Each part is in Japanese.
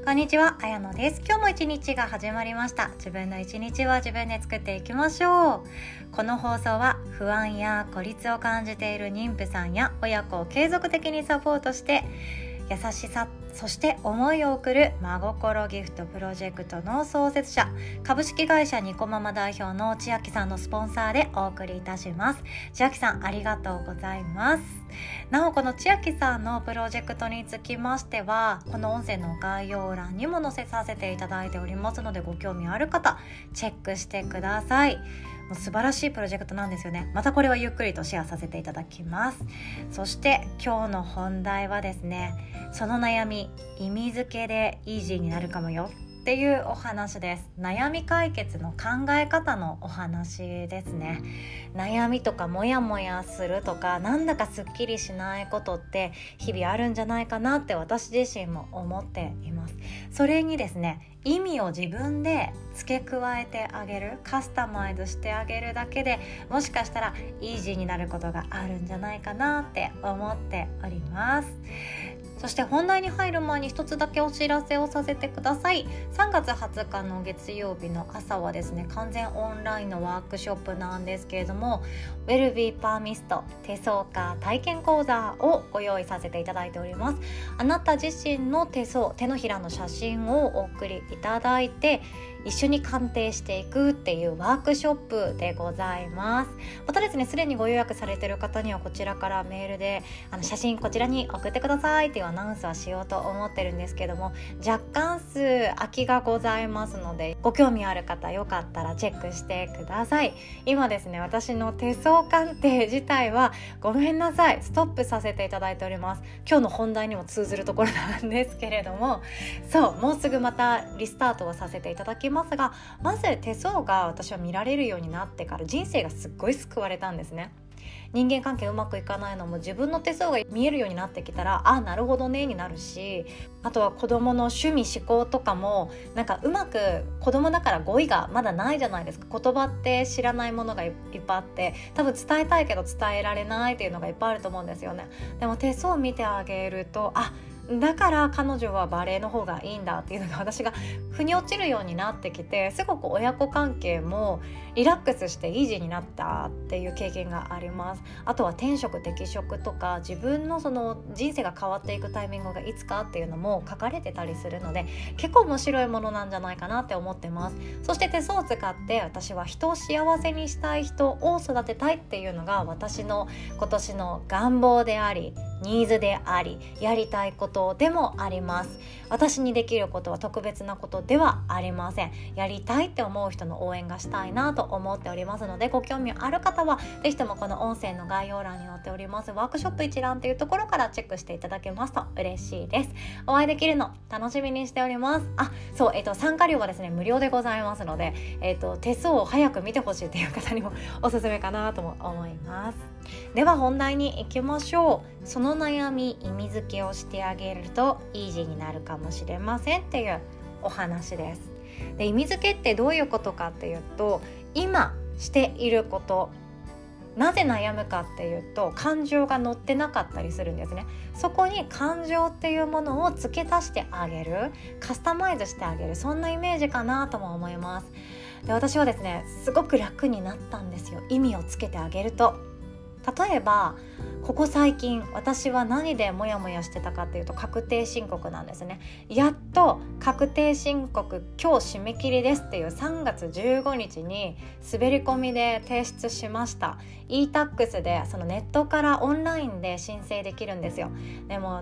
こんにちは、あやのです。今日も一日が始まりました。自分の一日は自分で作っていきましょう。この放送は不安や孤立を感じている妊婦さんや親子を継続的にサポートして優しさ、そして思いを送る真心ギフトプロジェクトの創設者、株式会社ニコママ代表の千秋さんのスポンサーでお送りいたします。千秋さん、ありがとうございます。なお、この千秋さんのプロジェクトにつきましては、この音声の概要欄にも載せさせていただいておりますので、ご興味ある方チェックしてください。もう素晴らしいプロジェクトなんですよね。またこれはゆっくりとシェアさせていただきます。そして今日の本題はですね、その悩み、意味付けでイージーになるかもよっていうお話です。悩み解決の考え方のお話ですね。悩みとかモヤモヤするとか、なんだかすっきりしないことって日々あるんじゃないかなって私自身も思っています。それにですね、意味を自分で付け加えてあげる、カスタマイズしてあげるだけで、もしかしたらイージーになることがあるんじゃないかなって思っております。そして本題に入る前に一つだけお知らせをさせてください。3月20日の月曜日の朝はですね、完全オンラインのワークショップなんですけれども、ウェルビーパーミスト手相家体験講座をご用意させていただいております。あなた自身の手相、手のひらの写真をお送りいただいて、一緒に鑑定していくっていうワークショップでございます。またですね、すでにご予約されている方にはこちらからメールで写真こちらに送ってくださいっていうアナウンスはしようと思ってるんですけども、若干数空きがございますので、ご興味ある方よかったらチェックしてください。今ですね、私の手相鑑定自体はごめんなさい、ストップさせていただいております。今日の本題にも通ずるところなんですけれども、もうすぐまたリスタートをさせていただきますが、まず手相が私は見られるようになってから人生がすっごい救われたんですね。人間関係うまくいかないのも自分の手相が見えるようになってきたら、なるほどねになるし、あとは子供の趣味思考とかもなんかうまく、子供だから語彙がまだないじゃないですか。言葉って知らないものがいっぱいあって、多分伝えたいけど伝えられないっていうのがいっぱいあると思うんですよね。でも手相を見てあげると、だから彼女はバレエの方がいいんだっていうのが私が腑に落ちるようになってきて、すごく親子関係もリラックスしてイージーになったっていう経験があります。あとは転職適職とか、自分のその人生が変わっていくタイミングがいつかっていうのも書かれてたりするので、結構面白いものなんじゃないかなって思ってます。そして手相を使って私は人を幸せにしたい人を育てたいっていうのが私の今年の願望であり、ニーズであり、やりたいことでもあります。私にできることは特別なことではありません。やりたいって思う人の応援がしたいなと思っておりますので、ご興味ある方はぜひともこの音声の概要欄に載っておりますワークショップ一覧というところからチェックしていただけますと嬉しいです。お会いできるの楽しみにしております。参加料はですね、無料でございますので、手相を早く見てほしいという方にもおすすめかなとも思います。では本題に行きましょう。その悩み、意味付けをしてあげるとイージーになるかもしれませんっていうお話です。で、意味付けってどういうことかっていうと、今していること、なぜ悩むかっていうと、感情が乗ってなかったりするんですね。そこに感情っていうものを付け足してあげる、カスタマイズしてあげる、そんなイメージかなとも思います。で、私はですね、すごく楽になったんですよ、意味をつけてあげると。例えばここ最近私は何でモヤモヤしてたかっていうと、確定申告なんですね。やっと確定申告今日締め切りですっていう3月15日に滑り込みで提出しました。 e-tax でそのネットからオンラインで申請できるんですよ。でも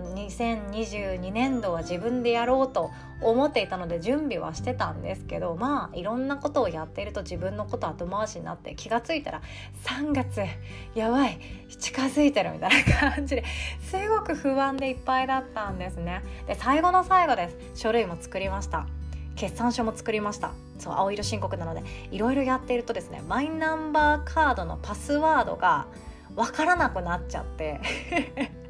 2022年度は自分でやろうと思っていたので準備はしてたんですけど、いろんなことをやっていると自分のこと後回しになって、気がついたら3月やばい、近づいてるみたいな感じですごく不安でいっぱいだったんですね。で、最後の最後です。書類も作りました。決算書も作りました。青色申告なのでいろいろやっているとですね、マイナンバーカードのパスワードがわからなくなっちゃって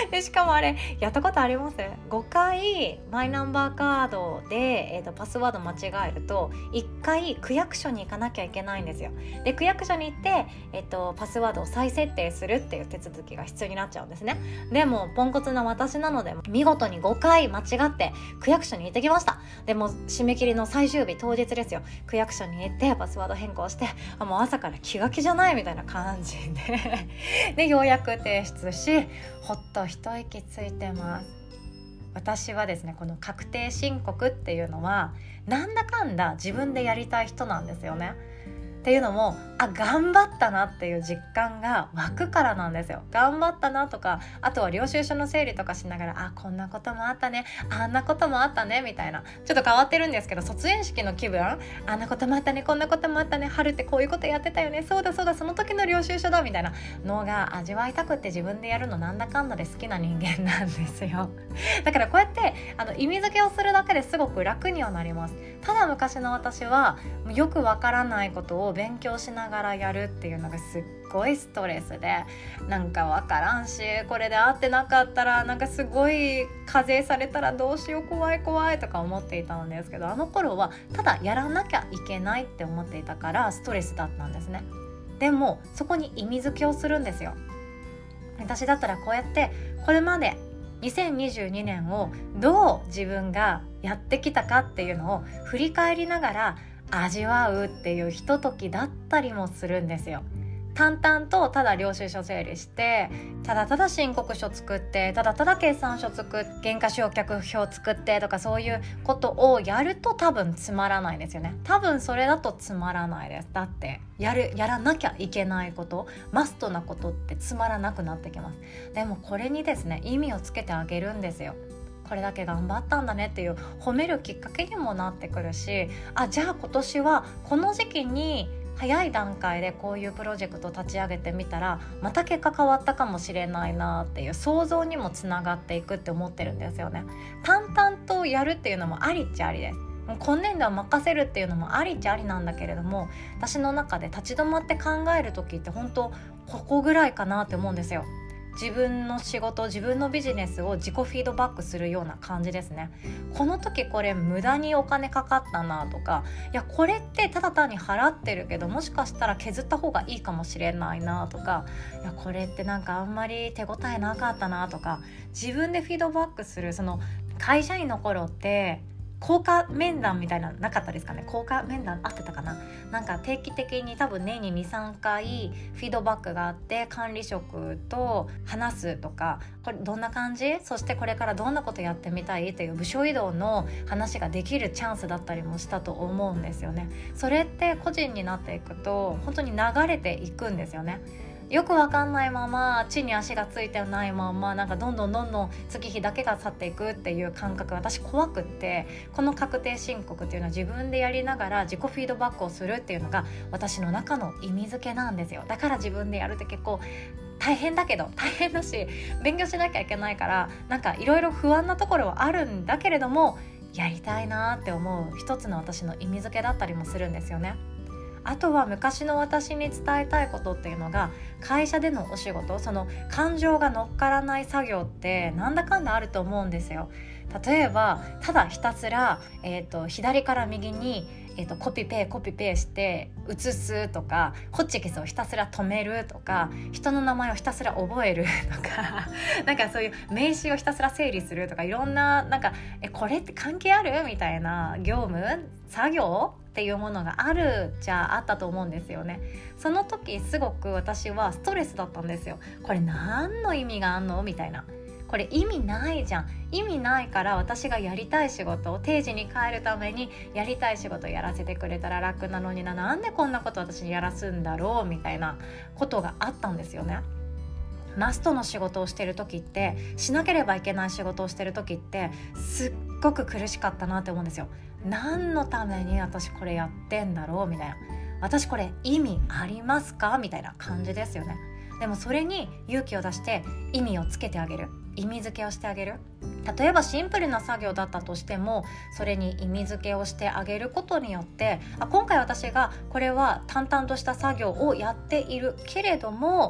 でしかもあれやったことあります？ 5 回マイナンバーカードで、パスワード間違えると1回区役所に行かなきゃいけないんですよ。で区役所に行って、パスワードを再設定するっていう手続きが必要になっちゃうんですね。でもポンコツな私なので見事に5回間違って区役所に行ってきました。でも締め切りの最終日当日ですよ。区役所に行ってパスワード変更して、もう朝から気が気じゃないみたいな感じででようやく提出し、ほっと一息ついてます。私はですね、この確定申告っていうのはなんだかんだ自分でやりたい人なんですよね。っていうのも頑張ったなっていう実感が湧くからなんですよ。頑張ったなとか、あとは領収書の整理とかしながらこんなこともあったね、あんなこともあったねみたいな、ちょっと変わってるんですけど、卒園式の気分、あんなこともあったね、こんなこともあったね、春ってこういうことやってたよね、そうだそうだ、その時の領収書だみたいなのが味わいたくって自分でやるのなんだかんだで好きな人間なんですよ。だからこうやって意味付けをするだけですごく楽にはなります。ただ昔の私はよくわからないことを勉強しながらやるっていうのがすっごいストレスで、なんかわからんし、これで合ってなかったらなんかすごい課税されたらどうしよう、怖い怖いとか思っていたんですけど、あの頃はただやらなきゃいけないって思っていたからストレスだったんですね。でもそこに意味付けをするんですよ。私だったらこうやってこれまで2022年をどう自分がやってきたかっていうのを振り返りながら味わうっていうひとときだったりもするんですよ。淡々とただ領収書整理して、ただただ申告書作って、ただただ決算書作って、減価償却表作ってとか、そういうことをやると多分つまらないですよね。多分それだとつまらないです。だってやらなきゃいけないこと、マストなことってつまらなくなってきます。でもこれにですね、意味をつけてあげるんですよ。これだけ頑張ったんだねっていう褒めるきっかけにもなってくるし、じゃあ今年はこの時期に早い段階でこういうプロジェクトを立ち上げてみたらまた結果変わったかもしれないなっていう想像にもつながっていくって思ってるんですよね。淡々とやるっていうのもありっちゃありです。今年度は任せるっていうのもありっちゃありなんだけれども、私の中で立ち止まって考える時って本当ここぐらいかなって思うんですよ。自分の仕事、自分のビジネスを自己フィードバックするような感じですね。この時これ無駄にお金かかったなとか、いやこれってただ単に払ってるけどもしかしたら削った方がいいかもしれないなとか、いやこれってなんかあんまり手応えなかったなとか、自分でフィードバックする、その会社員の頃って効果面談みたいなのなかったですかね。効果面談合ってたかな。なんか定期的に多分年に 2,3 回フィードバックがあって、管理職と話すとか、これどんな感じ、そしてこれからどんなことやってみたいっていう部署移動の話ができるチャンスだったりもしたと思うんですよね。それって個人になっていくと本当に流れていくんですよね。よくわかんないまま、地に足がついてないまま、なんかどんどん月日だけが去っていくっていう感覚、私怖くって、この確定申告っていうのは自分でやりながら自己フィードバックをするっていうのが私の中の意味付けなんですよ。だから自分でやるって結構大変だけど、大変だし勉強しなきゃいけないから、なんかいろいろ不安なところはあるんだけれども、やりたいなって思う一つの私の意味付けだったりもするんですよね。あとは昔の私に伝えたいことっていうのが、会社でのお仕事、その感情が乗っからない作業ってなんだかんだあると思うんですよ。例えばただひたすら、左から右に、コピペして写すとか、ホッチキスをひたすら止めるとか、人の名前をひたすら覚えるとかなんかそういう名詞をひたすら整理するとか、いろんななんかこれって関係あるみたいな業務作業っていうものがあるじゃあったと思うんですよね。その時すごく私はストレスだったんですよ。これ何の意味があんのみたいな、これ意味ないじゃん。意味ないから私がやりたい仕事を定時に帰るためにやりたい仕事をやらせてくれたら楽なのにな、なんでこんなこと私にやらすんだろうみたいなことがあったんですよね。マストの仕事をしてる時って、しなければいけない仕事をしてる時ってすっごく苦しかったなって思うんですよ。何のために私これやってんだろうみたいな、私これ意味ありますかみたいな感じですよね。でもそれに勇気を出して意味をつけてあげる、意味付けをしてあげる。例えばシンプルな作業だったとしても、それに意味付けをしてあげることによって、今回私がこれは淡々とした作業をやっているけれども、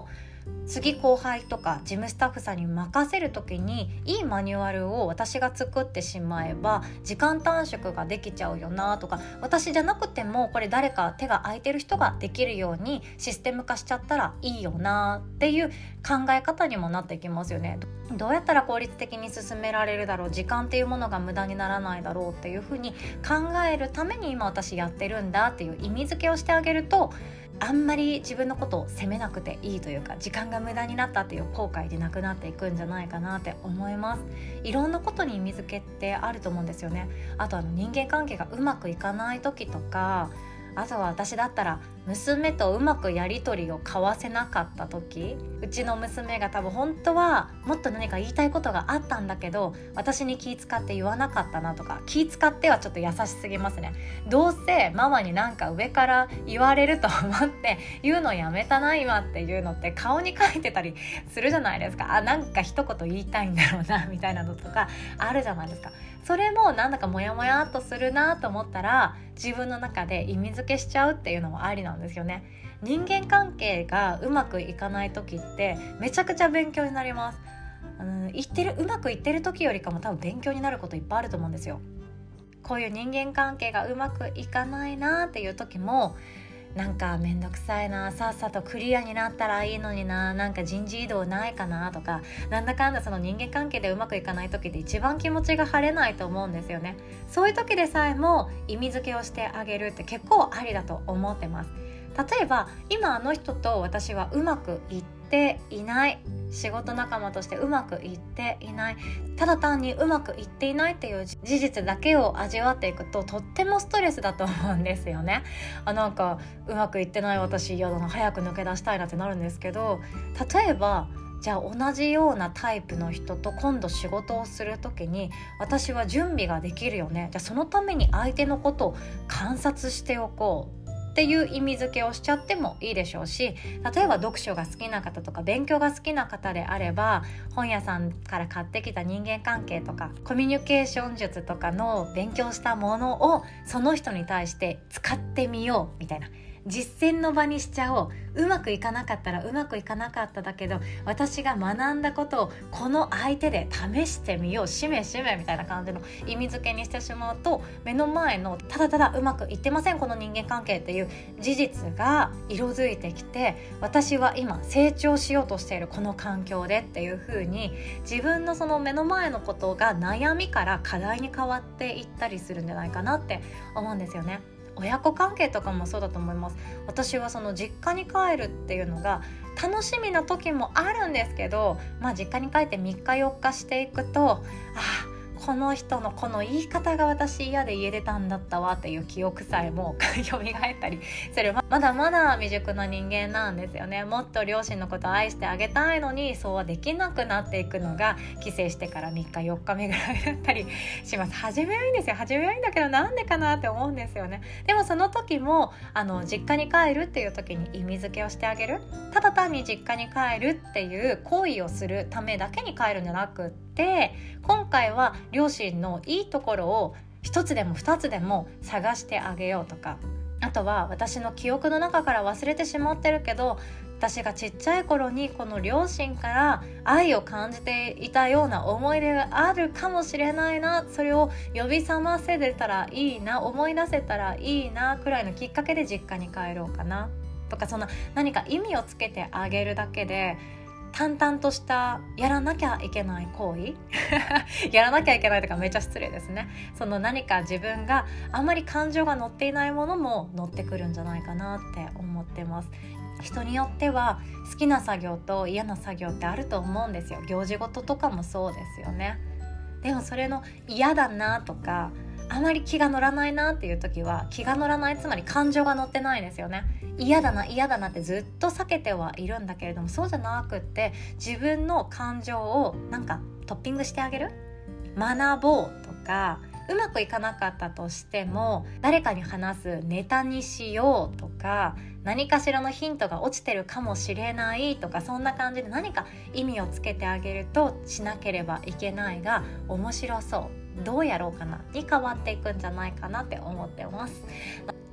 次後輩とか事務スタッフさんに任せる時にいいマニュアルを私が作ってしまえば時間短縮ができちゃうよなとか、私じゃなくてもこれ誰か手が空いてる人ができるようにシステム化しちゃったらいいよなっていう考え方にもなっていきますよね。どうやったら効率的に進められるだろう、時間っていうものが無駄にならないだろうっていうふうに考えるために今私やってるんだっていう意味付けをしてあげると、あんまり自分のことを責めなくていいというか、時間が無駄になったっていう後悔でなくなっていくんじゃないかなって思います。いろんなことに意味付けってあると思うんですよね。あと人間関係がうまくいかない時とか、あとは私だったら娘とうまくやり取りを交わせなかった時、うちの娘が多分本当はもっと何か言いたいことがあったんだけど私に気使って言わなかったなとか、気使ってはちょっと優しすぎますね。どうせママになんか上から言われると思って言うのやめたな今っていうのって顔に書いてたりするじゃないですか。なんか一言言いたいんだろうなみたいなのとかあるじゃないですか。それもなんだかモヤモヤっとするなと思ったら自分の中で意味付けしちゃうっていうのもありなんですよね。人間関係がうまくいかない時ってめちゃくちゃ勉強になります。うまくいってる時よりかも多分勉強になることいっぱいあると思うんですよ。こういう人間関係がうまくいかないなっていう時も、なんかめんどくさいな、さっさとクリアになったらいいのにな、なんか人事異動ないかなとか、なんだかんだその人間関係でうまくいかない時って一番気持ちが晴れないと思うんですよね。そういう時でさえも意味付けをしてあげるって結構ありだと思ってます。例えば今あの人と私はうまくいっていない、仕事仲間としてうまくいっていない、ただ単にうまくいっていないっていう事実だけを味わっていくととってもストレスだと思うんですよね。なんかうまくいってない私嫌だな、早く抜け出したいなってなるんですけど、例えばじゃあ同じようなタイプの人と今度仕事をするときに私は準備ができるよね、じゃあそのために相手のことを観察しておこうっていう意味付けをしちゃってもいいでしょうし、例えば読書が好きな方とか勉強が好きな方であれば本屋さんから買ってきた人間関係とかコミュニケーション術とかの勉強したものをその人に対して使ってみようみたいな、実践の場にしちゃおう。うまくいかなかったらうまくいかなかっただけど私が学んだことをこの相手で試してみよう、しめしめみたいな感じの意味付けにしてしまうと、目の前のただただうまくいってませんこの人間関係っていう事実が色づいてきて、私は今成長しようとしているこの環境でっていう風に自分のその目の前のことが悩みから課題に変わっていったりするんじゃないかなって思うんですよね。親子関係とかもそうだと思います。私はその実家に帰るっていうのが楽しみな時もあるんですけど、実家に帰って3日4日していくと、この人のこの言い方が私嫌で家出たんだったわっていう記憶さえも蘇ったりする。まだまだ未熟な人間なんですよね。もっと両親のことを愛してあげたいのにそうはできなくなっていくのが帰省してから3日4日目ぐらいだったりします。初めはいいんですよ。初めはいいんだけどなんでかなって思うんですよね。でもその時も実家に帰るっていう時に意味付けをしてあげる。ただ単に実家に帰るっていう行為をするためだけに帰るんじゃなくって、今回は両親のいいところを一つでも二つでも探してあげようとか、あとは私の記憶の中から忘れてしまってるけど私がちっちゃい頃にこの両親から愛を感じていたような思い出があるかもしれないな、それを呼び覚ませれたらいいな、思い出せたらいいなくらいのきっかけで実家に帰ろうかなとか、そんな何か意味をつけてあげるだけで淡々としたやらなきゃいけない行為やらなきゃいけないとかめっちゃ失礼ですね。その何か自分があんまり感情が乗っていないものも乗ってくるんじゃないかなって思ってます。人によっては好きな作業と嫌な作業ってあると思うんですよ。行事事とかもそうですよね。でもそれの嫌だなとかあまり気が乗らないなっていう時は気が乗らない、つまり感情が乗ってないですよね。嫌だな嫌だなってずっと避けてはいるんだけれども、そうじゃなくって自分の感情をなんかトッピングしてあげる、学ぼうとか、うまくいかなかったとしても誰かに話すネタにしようとか、何かしらのヒントが落ちてるかもしれないとか、そんな感じで何か意味をつけてあげると、しなければいけないが面白そう、どうやろうかなに変わっていくんじゃないかなって思ってます。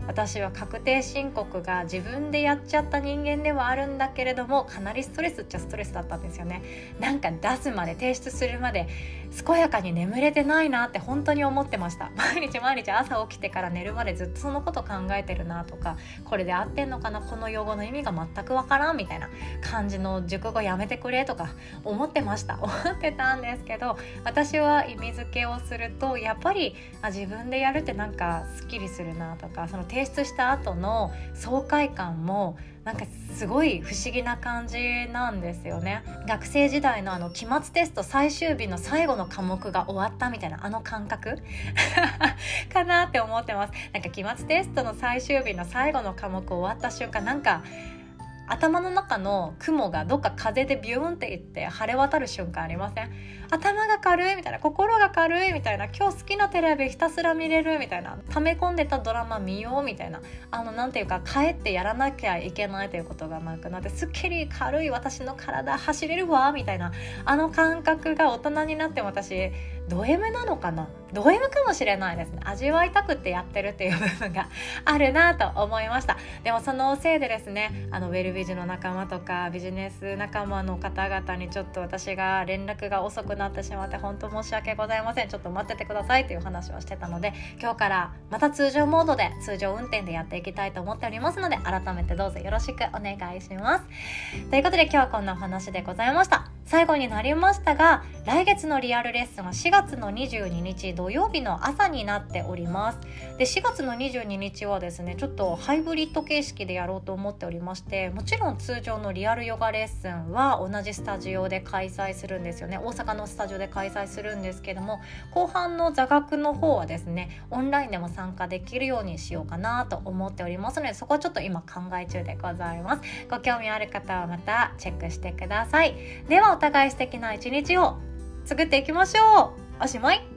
私は確定申告が自分でやっちゃった人間ではあるんだけれども、かなりストレスっちゃストレスだったんですよね。なんか出すまで、提出するまで健やかに眠れてないなって本当に思ってました。毎日朝起きてから寝るまでずっとそのこと考えてるなとか、これで合ってんのかな、この用語の意味が全くわからんみたいな感じの熟語やめてくれとか思ってました。思ってたんですけど、私は意味付けをするとやっぱり自分でやるってなんかスッキリするなとか、その提出した後の爽快感もなんかすごい不思議な感じなんですよね。学生時代の期末テスト最終日の最後の科目が終わったみたいな感覚かなって思ってます。なんか期末テストの最終日の最後の科目終わった瞬間、なんか頭の中の雲がどっか風でビューンっていって晴れ渡る瞬間ありません？頭が軽いみたいな、心が軽いみたいな、今日好きなテレビひたすら見れるみたいな、溜め込んでたドラマ見ようみたいな、なんていうか帰ってやらなきゃいけないということがなくなって、すっきり軽い私の体走れるわみたいな、感覚が大人になっても私ド M なのかな、ド M かもしれないですね。味わいたくってやってるっていう部分があるなと思いました。でもそのせいでですね、ウェルビジの仲間とかビジネス仲間の方々にちょっと私が連絡が遅くなってしまって本当申し訳ございません。ちょっと待っててくださいという話をしてたので、今日からまた通常モードで通常運転でやっていきたいと思っておりますので、改めてどうぞよろしくお願いします。ということで今日はこんなお話でございました。最後になりましたが、来月のリアルレッスンは4月の22日土曜日の朝になっております。で、4月の22日はですね、ちょっとハイブリッド形式でやろうと思っておりまして、もちろん通常のリアルヨガレッスンは同じスタジオで開催するんですよね。大阪のスタジオで開催するんですけども、後半の座学の方はですね、オンラインでも参加できるようにしようかなと思っておりますので、そこはちょっと今考え中でございます。ご興味ある方はまたチェックしてください。ではお互い素敵な一日を作っていきましょう。おしまい。